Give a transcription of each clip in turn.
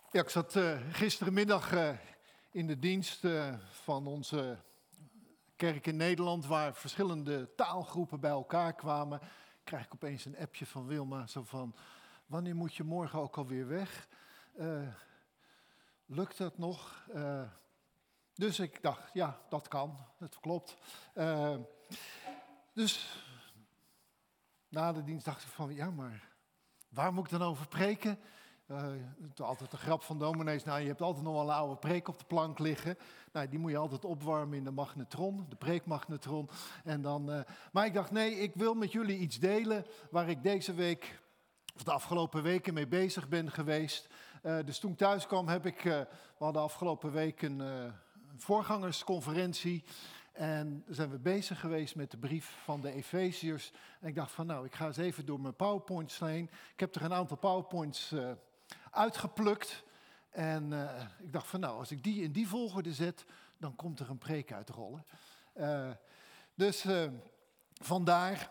Ja, ik zat gisterenmiddag in de dienst van onze kerk in Nederland, waar verschillende taalgroepen bij elkaar kwamen. Krijg ik opeens een appje van Wilma, zo van, wanneer moet je morgen ook alweer weg? Lukt dat nog? Dus ik dacht, ja, dat kan, dat klopt. Dus na de dienst dacht ik van, ja, maar waar moet ik dan over preken? Altijd de grap van dominees, nou, je hebt altijd nog wel een oude preek op de plank liggen. Nou, die moet je altijd opwarmen in de magnetron, de preekmagnetron. En dan, maar ik dacht, nee, ik wil met jullie iets delen waar ik deze week, of de afgelopen weken mee bezig ben geweest. Dus toen ik thuis kwam we hadden afgelopen week een voorgangersconferentie. En zijn we bezig geweest met de brief van de Efeziërs. En ik dacht van, nou, ik ga eens even door mijn PowerPoints heen. Ik heb er een aantal PowerPoints uitgeplukt. En ik dacht van, nou, als ik die in die volgorde zet, dan komt er een preek uitrollen. Dus vandaar.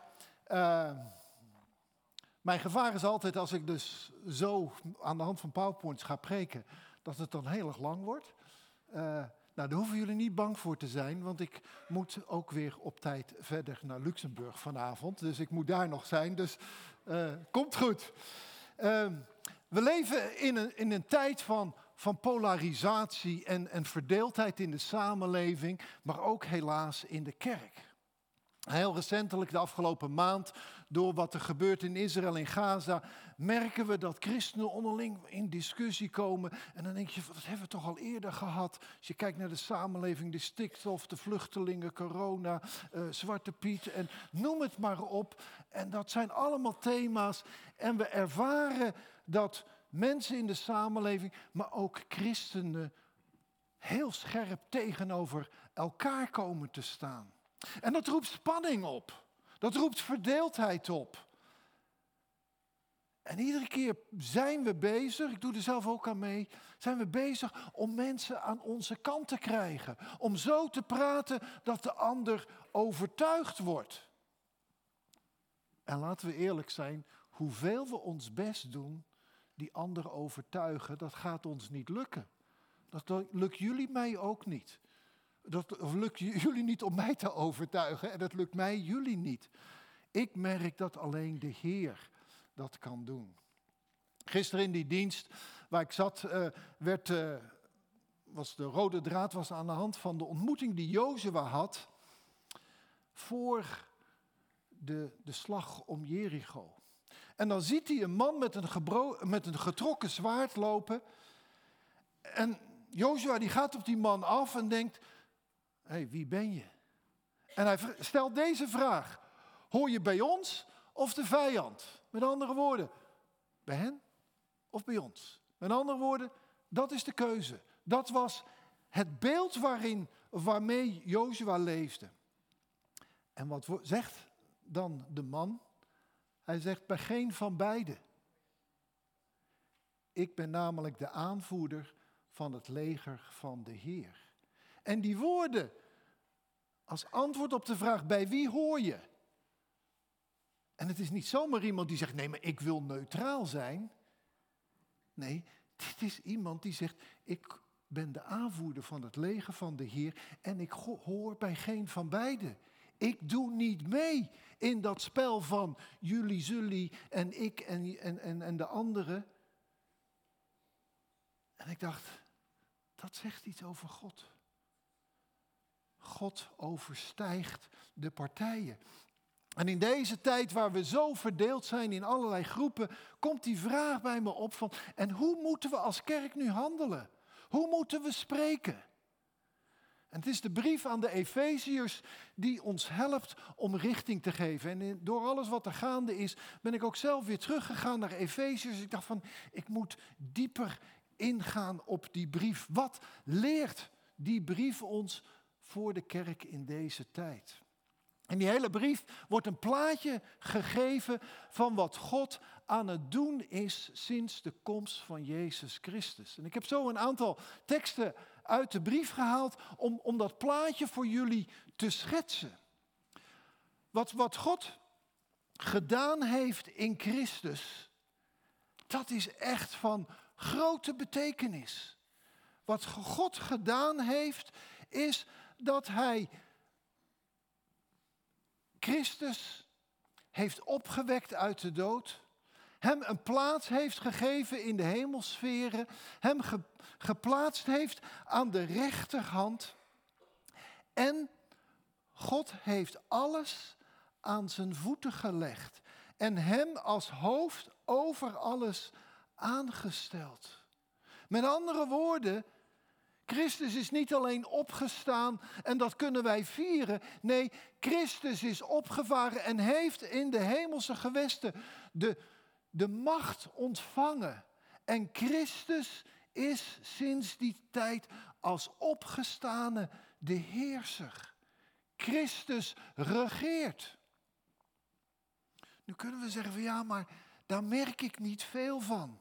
Mijn gevaar is altijd, als ik dus zo aan de hand van PowerPoints ga preken, dat het dan heel erg lang wordt. Nou, daar hoeven jullie niet bang voor te zijn, want ik moet ook weer op tijd verder naar Luxemburg vanavond. Dus ik moet daar nog zijn, dus komt goed. We leven in een tijd van polarisatie en verdeeldheid in de samenleving, maar ook helaas in de kerk. Heel recentelijk, de afgelopen maand, door wat er gebeurt in Israël en Gaza, merken we dat christenen onderling in discussie komen. En dan denk je, dat hebben we toch al eerder gehad. Als je kijkt naar de samenleving, de stikstof, de vluchtelingen, corona, Zwarte Piet en noem het maar op. En dat zijn allemaal thema's. En we ervaren dat mensen in de samenleving, maar ook christenen, heel scherp tegenover elkaar komen te staan. En dat roept spanning op. Dat roept verdeeldheid op. En iedere keer zijn we bezig, ik doe er zelf ook aan mee, zijn we bezig om mensen aan onze kant te krijgen. Om zo te praten dat de ander overtuigd wordt. En laten we eerlijk zijn, hoeveel we ons best doen, die ander overtuigen, dat gaat ons niet lukken. Dat lukt jullie mij ook niet. Dat lukt jullie niet om mij te overtuigen en dat lukt mij jullie niet. Ik merk dat alleen de Heer dat kan doen. Gisteren in die dienst waar ik zat, was de rode draad aan de hand van de ontmoeting die Jozua had voor de slag om Jericho. En dan ziet hij een man met een getrokken zwaard lopen. En Jozua die gaat op die man af en denkt, hé, wie ben je? En hij stelt deze vraag, hoor je bij ons of de vijand? Met andere woorden, bij hen of bij ons? Met andere woorden, dat is de keuze. Dat was het beeld waarmee Jozua leefde. En wat zegt dan de man? Hij zegt, bij geen van beiden. Ik ben namelijk de aanvoerder van het leger van de Heer. En die woorden, als antwoord op de vraag, bij wie hoor je? En het is niet zomaar iemand die zegt, nee, maar ik wil neutraal zijn. Nee, dit is iemand die zegt, ik ben de aanvoerder van het leger van de Heer en ik hoor bij geen van beiden. Ik doe niet mee in dat spel van jullie en ik en de anderen. En ik dacht, dat zegt iets over God. God overstijgt de partijen. En in deze tijd waar we zo verdeeld zijn in allerlei groepen, komt die vraag bij me op van, en hoe moeten we als kerk nu handelen? Hoe moeten we spreken? En het is de brief aan de Efeziërs die ons helpt om richting te geven. En door alles wat er gaande is, ben ik ook zelf weer teruggegaan naar Efeziërs. Ik dacht van, ik moet dieper ingaan op die brief. Wat leert die brief ons voor de kerk in deze tijd? In die hele brief wordt een plaatje gegeven van wat God aan het doen is sinds de komst van Jezus Christus. En ik heb zo een aantal teksten uit de brief gehaald om dat plaatje voor jullie te schetsen. Wat God gedaan heeft in Christus, dat is echt van grote betekenis. Wat God gedaan heeft, is dat hij Christus heeft opgewekt uit de dood, hem een plaats heeft gegeven in de hemelsferen, hem geplaatst heeft aan de rechterhand. En God heeft alles aan zijn voeten gelegd en hem als hoofd over alles aangesteld. Met andere woorden, Christus is niet alleen opgestaan en dat kunnen wij vieren. Nee, Christus is opgevaren en heeft in de hemelse gewesten de macht ontvangen. En Christus is sinds die tijd als opgestane de heerser. Christus regeert. Nu kunnen we zeggen van ja, maar daar merk ik niet veel van.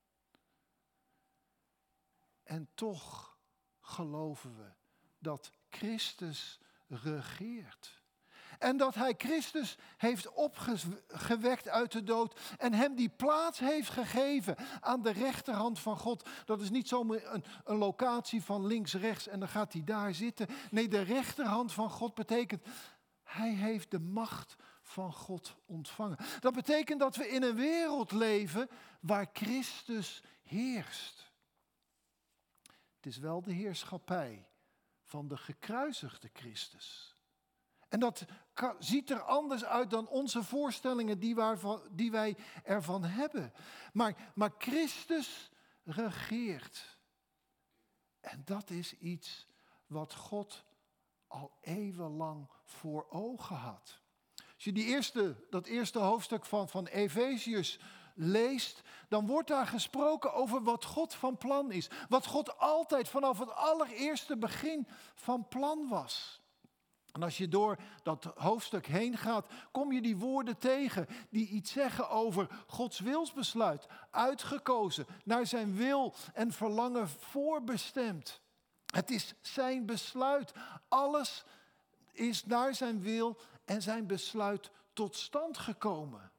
En toch geloven we dat Christus regeert. En dat hij Christus heeft opgewekt uit de dood en hem die plaats heeft gegeven aan de rechterhand van God. Dat is niet zomaar een locatie van links, rechts en dan gaat hij daar zitten. Nee, de rechterhand van God betekent, hij heeft de macht van God ontvangen. Dat betekent dat we in een wereld leven waar Christus heerst. Het is wel de heerschappij van de gekruisigde Christus. En dat ziet er anders uit dan onze voorstellingen die wij ervan hebben. Maar Christus regeert. En dat is iets wat God al eeuwenlang voor ogen had. Als je dat eerste hoofdstuk van Efeziërs leest, dan wordt daar gesproken over wat God van plan is. Wat God altijd vanaf het allereerste begin van plan was. En als je door dat hoofdstuk heen gaat, kom je die woorden tegen die iets zeggen over Gods wilsbesluit. Uitgekozen, naar zijn wil en verlangen voorbestemd. Het is zijn besluit. Alles is naar zijn wil en zijn besluit tot stand gekomen.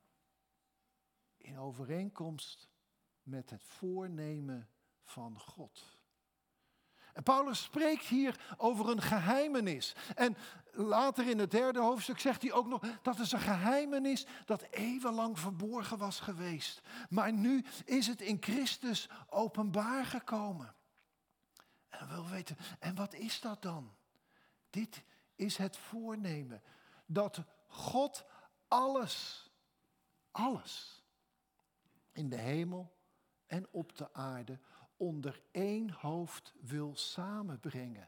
In overeenkomst met het voornemen van God. En Paulus spreekt hier over een geheimenis. En later in het 3e hoofdstuk zegt hij ook nog, dat is een geheimenis dat eeuwenlang verborgen was geweest. Maar nu is het in Christus openbaar gekomen. En we willen weten, en wat is dat dan? Dit is het voornemen dat God alles in de hemel en op de aarde onder één hoofd wil samenbrengen.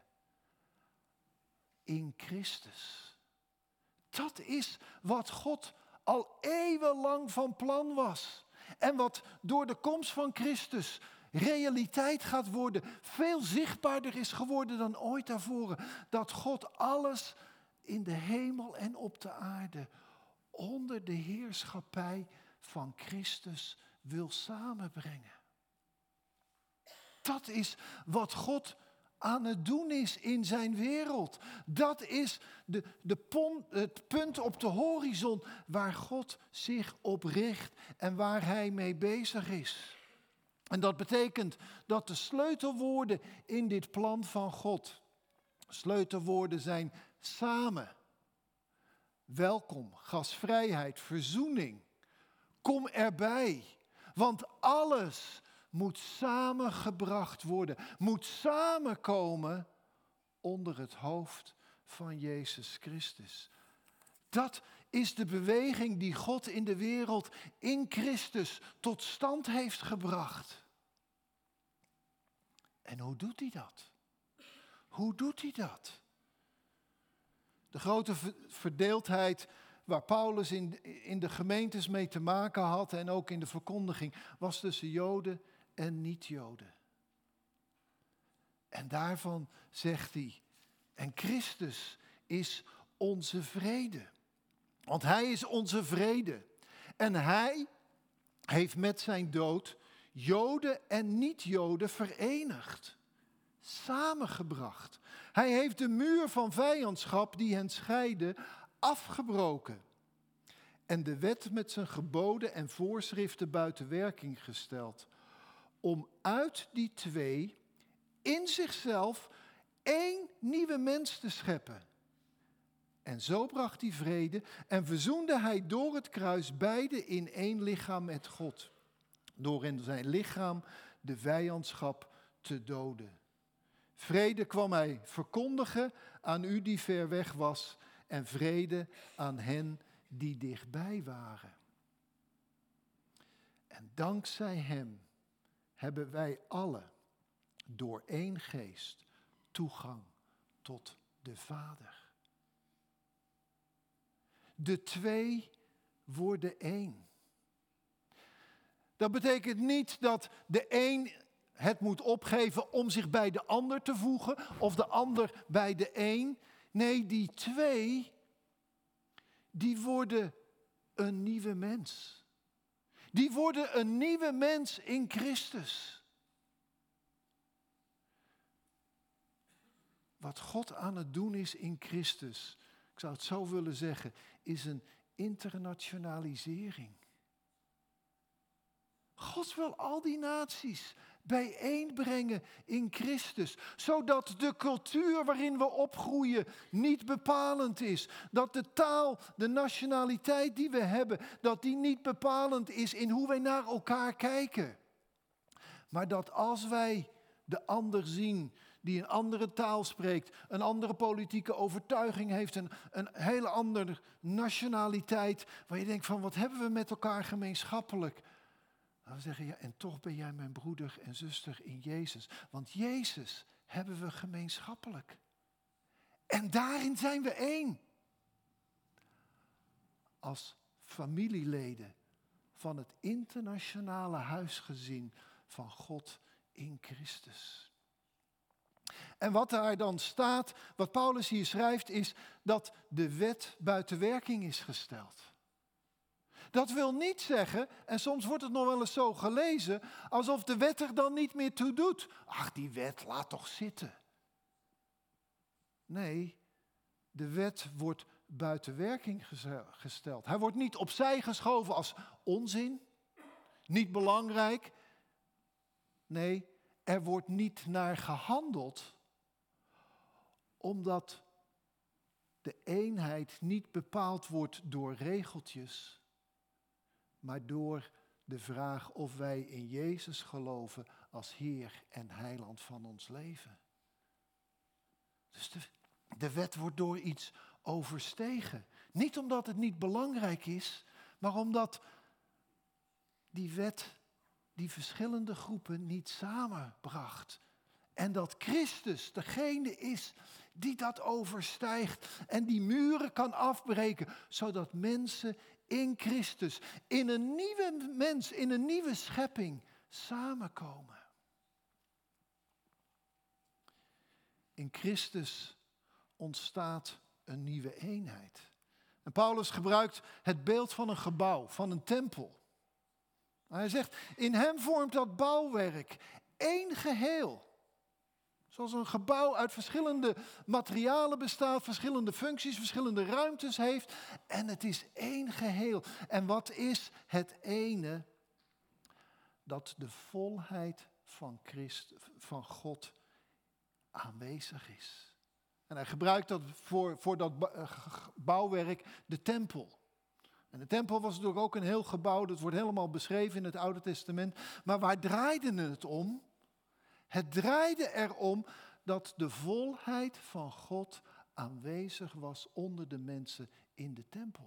In Christus. Dat is wat God al eeuwenlang van plan was. En wat door de komst van Christus realiteit gaat worden. Veel zichtbaarder is geworden dan ooit daarvoor. Dat God alles in de hemel en op de aarde onder de heerschappij van Christus wil samenbrengen. Dat is wat God aan het doen is in zijn wereld. Dat is het punt op de horizon waar God zich op richt en waar hij mee bezig is. En dat betekent dat de sleutelwoorden in dit plan van God, sleutelwoorden zijn samen, welkom, gastvrijheid, verzoening. Kom erbij, want alles moet samengebracht worden, moet samenkomen onder het hoofd van Jezus Christus. Dat is de beweging die God in de wereld in Christus tot stand heeft gebracht. En hoe doet hij dat? Hoe doet hij dat? De grote verdeeldheid waar Paulus in de gemeentes mee te maken had en ook in de verkondiging, was tussen Joden en niet-Joden. En daarvan zegt hij, en Christus is onze vrede. Want hij is onze vrede. En hij heeft met zijn dood Joden en niet-Joden verenigd. Samengebracht. Hij heeft de muur van vijandschap die hen scheidde afgebroken. En de wet met zijn geboden en voorschriften buiten werking gesteld. om uit die twee in zichzelf 1 nieuwe mens te scheppen. En zo bracht hij vrede en verzoende hij door het kruis beide in 1 lichaam met God. Door in zijn lichaam de vijandschap te doden. Vrede kwam hij verkondigen aan u die ver weg was en vrede aan hen die dichtbij waren. En dankzij hem hebben wij allen door 1 geest toegang tot de Vader. De 2 worden 1. Dat betekent niet dat de een het moet opgeven om zich bij de ander te voegen of de ander bij de een. Nee, die 2, die worden een nieuwe mens. Die worden een nieuwe mens in Christus. Wat God aan het doen is in Christus, ik zou het zo willen zeggen, is een internationalisering. God wil al die naties bijeenbrengen in Christus, zodat de cultuur waarin we opgroeien niet bepalend is. Dat de taal, de nationaliteit die we hebben, dat die niet bepalend is in hoe wij naar elkaar kijken. Maar dat als wij de ander zien die een andere taal spreekt, een andere politieke overtuiging heeft, een hele andere nationaliteit, waar je denkt van wat hebben we met elkaar gemeenschappelijk? Dan zeggen ja, en toch ben jij mijn broeder en zuster in Jezus. Want Jezus hebben we gemeenschappelijk. En daarin zijn we 1. Als familieleden van het internationale huisgezin van God in Christus. En wat daar dan staat, wat Paulus hier schrijft, is dat de wet buiten werking is gesteld. Dat wil niet zeggen, en soms wordt het nog wel eens zo gelezen, alsof de wet er dan niet meer toe doet. Ach, die wet, laat toch zitten. Nee, de wet wordt buiten werking gesteld. Hij wordt niet opzij geschoven als onzin, niet belangrijk. Nee, er wordt niet naar gehandeld, omdat de eenheid niet bepaald wordt door regeltjes, maar door de vraag of wij in Jezus geloven als Heer en Heiland van ons leven. Dus de wet wordt door iets overstegen. Niet omdat het niet belangrijk is, maar omdat die wet die verschillende groepen niet samenbracht. En dat Christus degene is die dat overstijgt en die muren kan afbreken, zodat mensen in Christus, in een nieuwe mens, in een nieuwe schepping samenkomen. In Christus ontstaat een nieuwe eenheid. En Paulus gebruikt het beeld van een gebouw, van een tempel. Hij zegt, in hem vormt dat bouwwerk 1 geheel. Zoals een gebouw uit verschillende materialen bestaat, verschillende functies, verschillende ruimtes heeft. En het is 1 geheel. En wat is het ene? Dat de volheid van God aanwezig is. En hij gebruikt dat voor dat bouwwerk de tempel. En de tempel was natuurlijk ook een heel gebouw, dat wordt helemaal beschreven in het Oude Testament. Maar waar draaide het om? Het draaide erom dat de volheid van God aanwezig was onder de mensen in de tempel.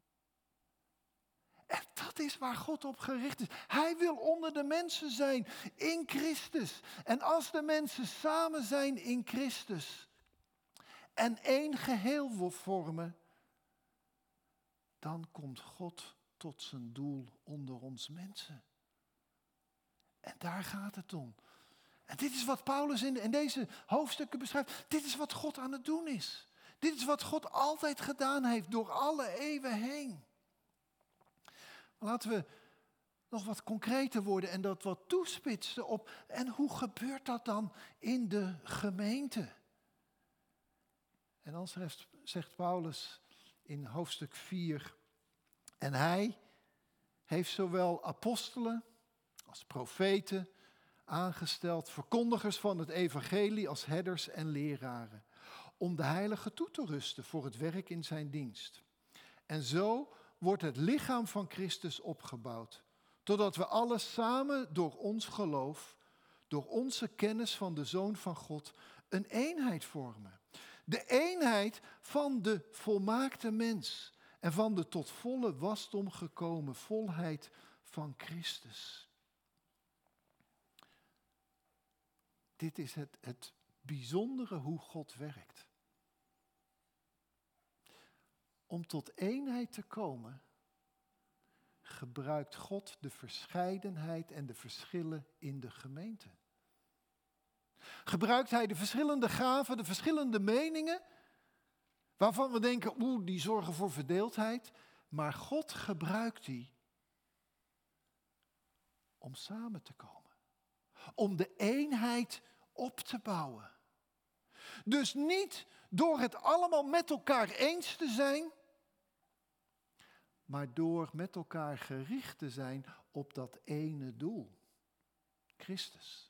En dat is waar God op gericht is. Hij wil onder de mensen zijn in Christus. En als de mensen samen zijn in Christus en 1 geheel vormen, dan komt God tot zijn doel onder ons mensen. En daar gaat het om. En dit is wat Paulus in deze hoofdstukken beschrijft. Dit is wat God aan het doen is. Dit is wat God altijd gedaan heeft door alle eeuwen heen. Laten we nog wat concreter worden en dat wat toespitsen op. En hoe gebeurt dat dan in de gemeente? En dan zegt Paulus in hoofdstuk 4. En hij heeft zowel apostelen als profeten, aangesteld verkondigers van het evangelie als herders en leraren, om de heiligen toe te rusten voor het werk in zijn dienst. En zo wordt het lichaam van Christus opgebouwd, totdat we alle samen door ons geloof, door onze kennis van de Zoon van God, een eenheid vormen. De eenheid van de volmaakte mens en van de tot volle wasdom gekomen volheid van Christus. Dit is het bijzondere hoe God werkt. Om tot eenheid te komen, gebruikt God de verscheidenheid en de verschillen in de gemeente. Gebruikt hij de verschillende gaven, de verschillende meningen, waarvan we denken, die zorgen voor verdeeldheid. Maar God gebruikt die om samen te komen. Om de eenheid op te bouwen. Dus niet door het allemaal met elkaar eens te zijn, maar door met elkaar gericht te zijn op dat ene doel. Christus.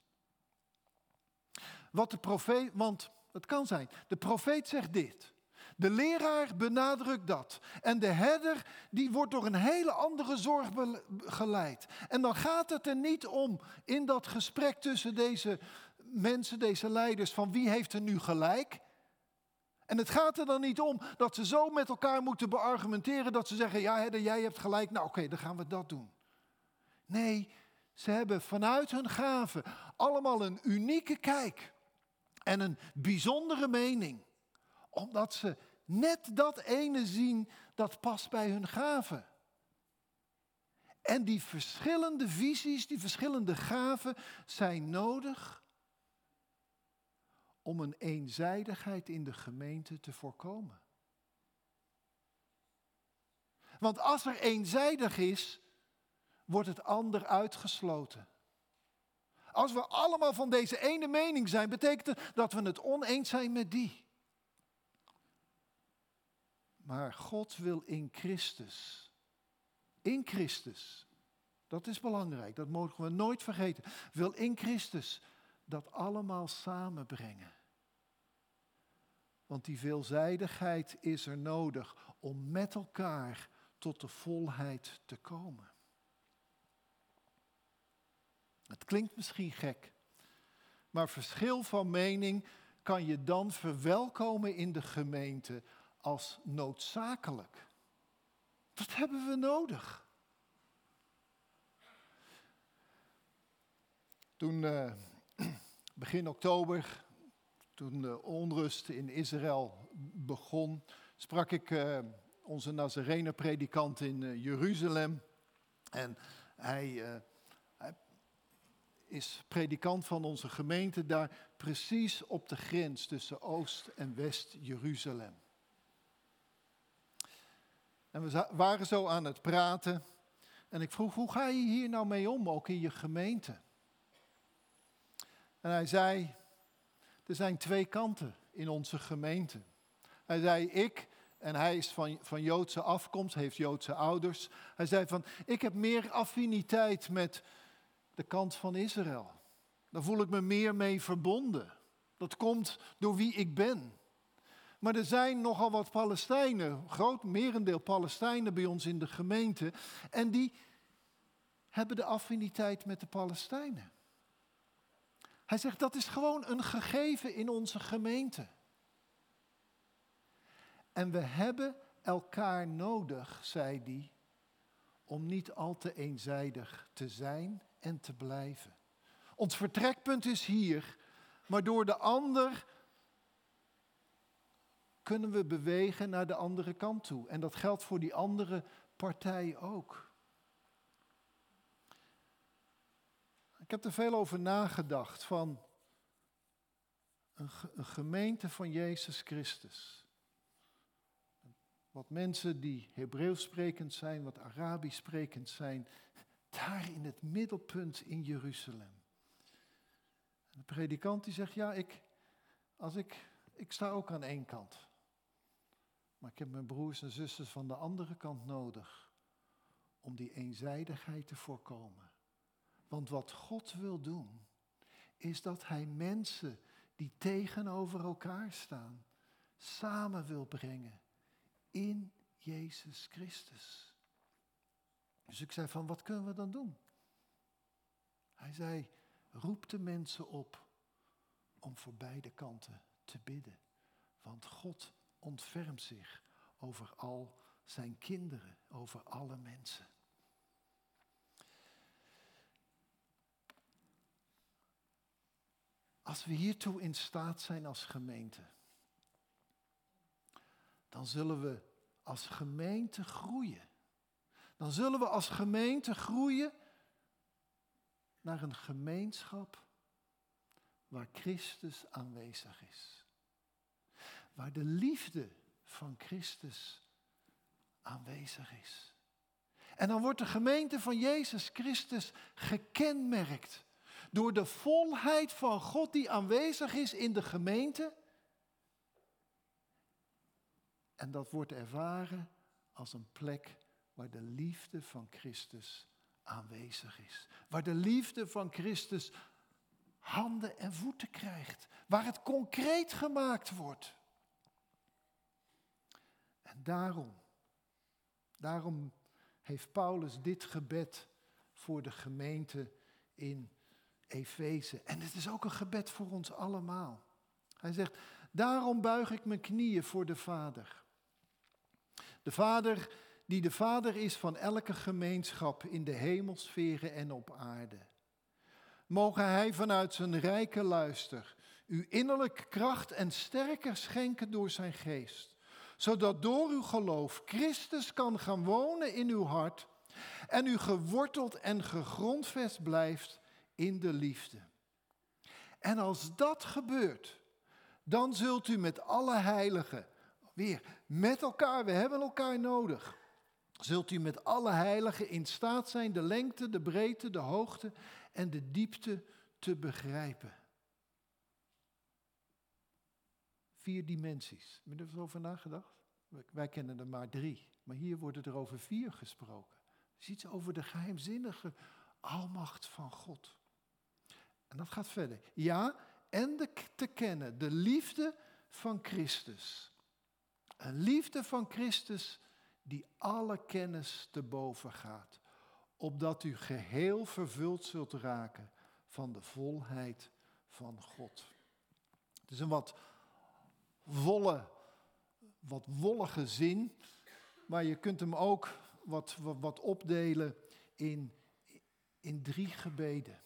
Want het kan zijn, de profeet zegt dit. De leraar benadrukt dat. En de herder, die wordt door een hele andere zorg geleid. En dan gaat het er niet om in dat gesprek tussen deze mensen, deze leiders, van wie heeft er nu gelijk. En het gaat er dan niet om dat ze zo met elkaar moeten beargumenteren dat ze zeggen, ja herder, jij hebt gelijk, nou oké, dan gaan we dat doen. Nee, ze hebben vanuit hun gaven allemaal een unieke kijk en een bijzondere mening. Omdat ze net dat ene zien dat past bij hun gaven. En die verschillende visies, die verschillende gaven zijn nodig om een eenzijdigheid in de gemeente te voorkomen. Want als er eenzijdig is, wordt het ander uitgesloten. Als we allemaal van deze ene mening zijn, betekent het dat we het oneens zijn met die. Maar God wil in Christus, dat is belangrijk, dat mogen we nooit vergeten, wil in Christus dat allemaal samenbrengen. Want die veelzijdigheid is er nodig om met elkaar tot de volheid te komen. Het klinkt misschien gek, maar verschil van mening kan je dan verwelkomen in de gemeente als noodzakelijk. Dat hebben we nodig. Toen begin oktober, toen de onrust in Israël begon, sprak ik onze Nazarener-predikant in Jeruzalem. En hij is predikant van onze gemeente daar precies op de grens tussen Oost- en West-Jeruzalem. En we waren zo aan het praten. En ik vroeg, hoe ga je hier nou mee om, ook in je gemeente? En hij zei, er zijn twee kanten in onze gemeente. Hij zei, en hij is van Joodse afkomst, heeft Joodse ouders. Hij zei van, ik heb meer affiniteit met de kant van Israël. Daar voel ik me meer mee verbonden. Dat komt door wie ik ben. Maar er zijn nogal wat Palestijnen, groot merendeel Palestijnen bij ons in de gemeente. En die hebben de affiniteit met de Palestijnen. Hij zegt, dat is gewoon een gegeven in onze gemeente. En we hebben elkaar nodig, zei hij, om niet al te eenzijdig te zijn en te blijven. Ons vertrekpunt is hier, maar door de ander kunnen we bewegen naar de andere kant toe. En dat geldt voor die andere partij ook. Ik heb er veel over nagedacht van een gemeente van Jezus Christus. Wat mensen die Hebreeuws sprekend zijn, wat Arabisch sprekend zijn, daar in het middelpunt in Jeruzalem. En de predikant die zegt, ja, ik sta ook aan één kant. Maar ik heb mijn broers en zusters van de andere kant nodig om die eenzijdigheid te voorkomen. Want wat God wil doen, is dat hij mensen die tegenover elkaar staan, samen wil brengen in Jezus Christus. Dus ik zei van, wat kunnen we dan doen? Hij zei, roep de mensen op om voor beide kanten te bidden. Want God ontfermt zich over al zijn kinderen, over alle mensen. Als we hiertoe in staat zijn als gemeente, dan zullen we als gemeente groeien. Dan zullen we als gemeente groeien naar een gemeenschap waar Christus aanwezig is. Waar de liefde van Christus aanwezig is. En dan wordt de gemeente van Jezus Christus gekenmerkt door de volheid van God die aanwezig is in de gemeente. En dat wordt ervaren als een plek waar de liefde van Christus aanwezig is. Waar de liefde van Christus handen en voeten krijgt. Waar het concreet gemaakt wordt. En daarom heeft Paulus dit gebed voor de gemeente in Efeze. En het is ook een gebed voor ons allemaal. Hij zegt, daarom buig ik mijn knieën voor de Vader. De Vader die de Vader is van elke gemeenschap in de hemelsferen en op aarde. Mogen Hij vanuit zijn rijke luister u innerlijk kracht en sterker schenken door zijn geest. Zodat door uw geloof Christus kan gaan wonen in uw hart en u geworteld en gegrondvest blijft in de liefde. En als dat gebeurt, dan zult u met alle heiligen, weer met elkaar, we hebben elkaar nodig, zult u met alle heiligen in staat zijn de lengte, de breedte, de hoogte en de diepte te begrijpen. 4 dimensies. Heb je er eens over nagedacht? Wij kennen er maar 3, maar hier wordt er over 4 gesproken. Het is iets over de geheimzinnige almacht van God. En dat gaat verder. Ja, en te kennen de liefde van Christus. Een liefde van Christus die alle kennis te boven gaat. Opdat u geheel vervuld zult raken van de volheid van God. Het is een wat wollige zin, maar je kunt hem ook wat opdelen in 3 gebeden.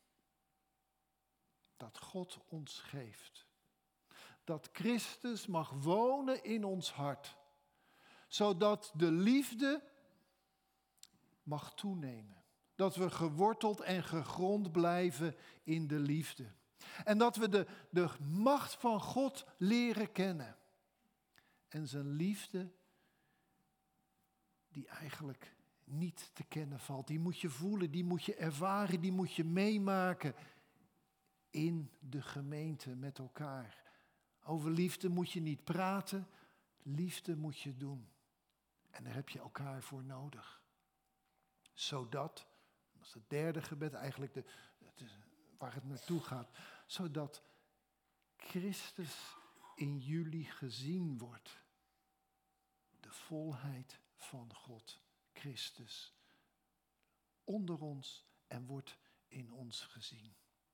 Dat God ons geeft. Dat Christus mag wonen in ons hart. Zodat de liefde mag toenemen. Dat we geworteld en gegrond blijven in de liefde. En dat we de macht van God leren kennen. En zijn liefde die eigenlijk niet te kennen valt. Die moet je voelen, die moet je ervaren, die moet je meemaken in de gemeente met elkaar. Over liefde moet je niet praten, liefde moet je doen. En daar heb je elkaar voor nodig. Zodat, dat is het 3e gebed eigenlijk waar het naartoe gaat. Zodat Christus in jullie gezien wordt. De volheid van God, Christus. Onder ons en wordt in ons gezien.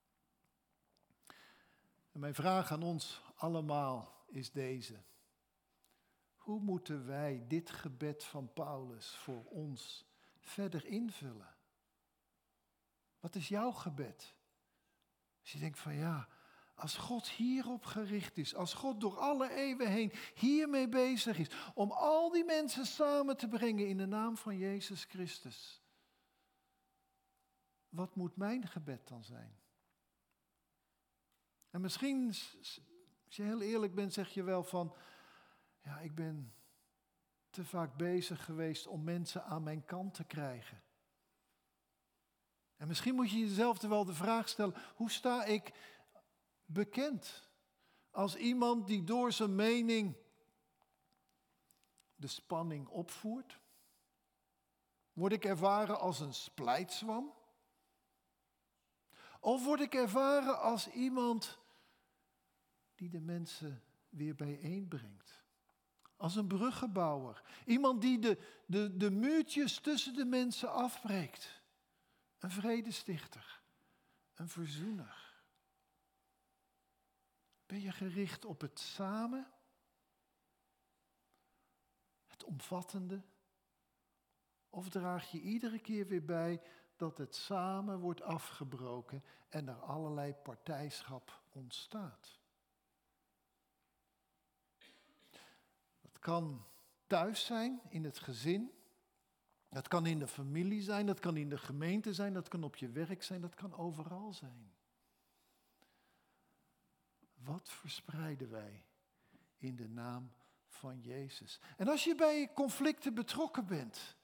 En mijn vraag aan ons allemaal is deze. Hoe moeten wij dit gebed van Paulus voor ons verder invullen? Wat is jouw gebed? Als je denkt van ja, als God hierop gericht is, als God door alle eeuwen heen hiermee bezig is, om al die mensen samen te brengen in de naam van Jezus Christus. Wat moet mijn gebed dan zijn? En misschien, als je heel eerlijk bent, zeg je wel van, ja, ik ben te vaak bezig geweest om mensen aan mijn kant te krijgen. En misschien moet je jezelf er wel de vraag stellen, hoe sta ik bekend als iemand die door zijn mening de spanning opvoert? Word ik ervaren als een splijtswam? Of word ik ervaren als iemand die de mensen weer bijeenbrengt? Als een bruggenbouwer. Iemand die de muurtjes tussen de mensen afbreekt. Een vredestichter. Een verzoener. Ben je gericht op het samen? Het omvattende? Of draag je iedere keer weer bij dat het samen wordt afgebroken en er allerlei partijschap ontstaat? Dat kan thuis zijn, in het gezin. Dat kan in de familie zijn, dat kan in de gemeente zijn, dat kan op je werk zijn, dat kan overal zijn. Wat verspreiden wij in de naam van Jezus? En als je bij conflicten betrokken bent,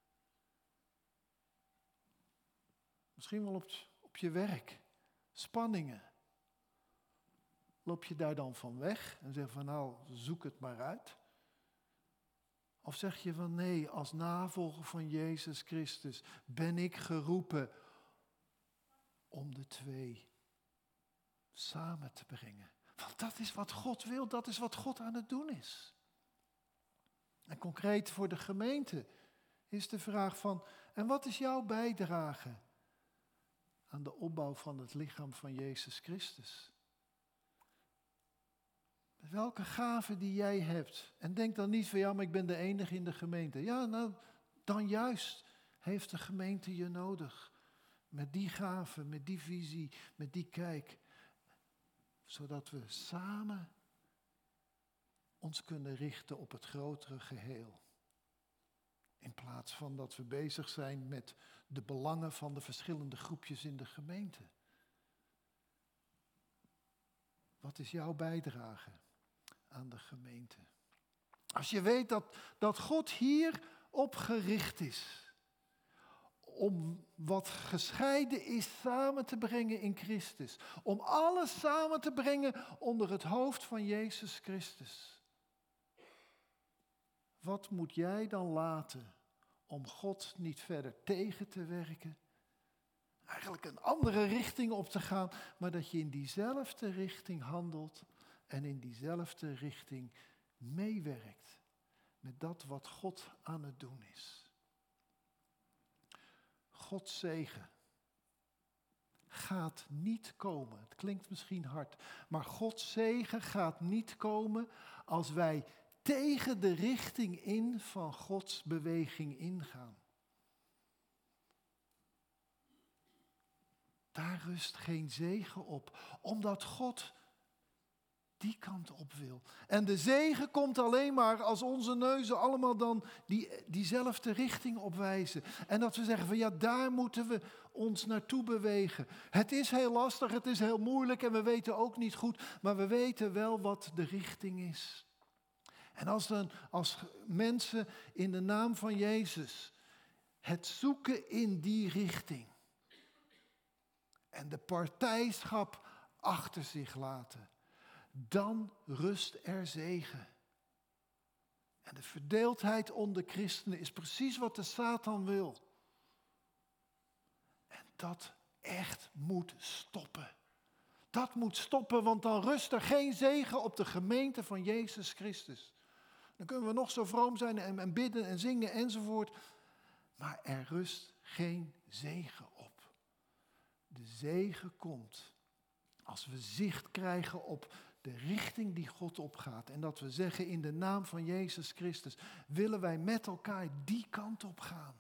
misschien wel op je werk, spanningen, loop je daar dan van weg en zeg van nou, zoek het maar uit? Of zeg je van nee, als navolger van Jezus Christus ben ik geroepen om de twee samen te brengen. Want dat is wat God wil, dat is wat God aan het doen is. En concreet voor de gemeente is de vraag van, en wat is jouw bijdrage aan de opbouw van het lichaam van Jezus Christus? Welke gaven die jij hebt. En denk dan niet van ja, maar ik ben de enige in de gemeente. Ja, nou, dan juist heeft de gemeente je nodig. Met die gaven, met die visie, met die kijk. Zodat we samen ons kunnen richten op het grotere geheel. In plaats van dat we bezig zijn met de belangen van de verschillende groepjes in de gemeente. Wat is jouw bijdrage aan de gemeente? Als je weet dat God hier op gericht is om wat gescheiden is samen te brengen in Christus. Om alles samen te brengen onder het hoofd van Jezus Christus. Wat moet jij dan laten om God niet verder tegen te werken? Eigenlijk een andere richting op te gaan, maar dat je in diezelfde richting handelt en in diezelfde richting meewerkt met dat wat God aan het doen is. Gods zegen gaat niet komen. Het klinkt misschien hard, maar Gods zegen gaat niet komen als wij tegen de richting in van Gods beweging ingaan. Daar rust geen zegen op, omdat God die kant op wil. En de zegen komt alleen maar als onze neuzen allemaal dan diezelfde richting opwijzen. En dat we zeggen van ja, daar moeten we ons naartoe bewegen. Het is heel lastig, het is heel moeilijk en we weten ook niet goed, maar we weten wel wat de richting is. En als mensen in de naam van Jezus het zoeken in die richting en de partijschap achter zich laten, dan rust er zegen. En de verdeeldheid onder christenen is precies wat de Satan wil. En dat echt moet stoppen. Dat moet stoppen, want dan rust er geen zegen op de gemeente van Jezus Christus. Dan kunnen we nog zo vroom zijn en bidden en zingen enzovoort. Maar er rust geen zegen op. De zegen komt als we zicht krijgen op de richting die God opgaat. En dat we zeggen in de naam van Jezus Christus willen wij met elkaar die kant op gaan.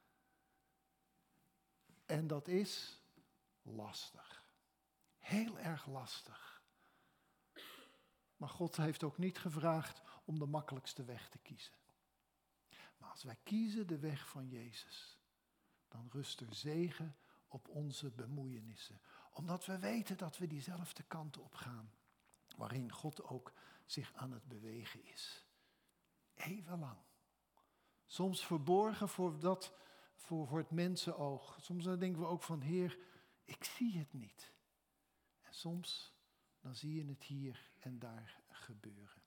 En dat is lastig. Heel erg lastig. Maar God heeft ook niet gevraagd om de makkelijkste weg te kiezen. Maar als wij kiezen de weg van Jezus, dan rust er zegen op onze bemoeienissen. Omdat we weten dat we diezelfde kant op gaan. Waarin God ook zich aan het bewegen is. Eeuwenlang. Soms verborgen voor het mensenoog. Soms dan denken we ook van Heer, ik zie het niet. En soms dan zie je het hier en daar gebeuren.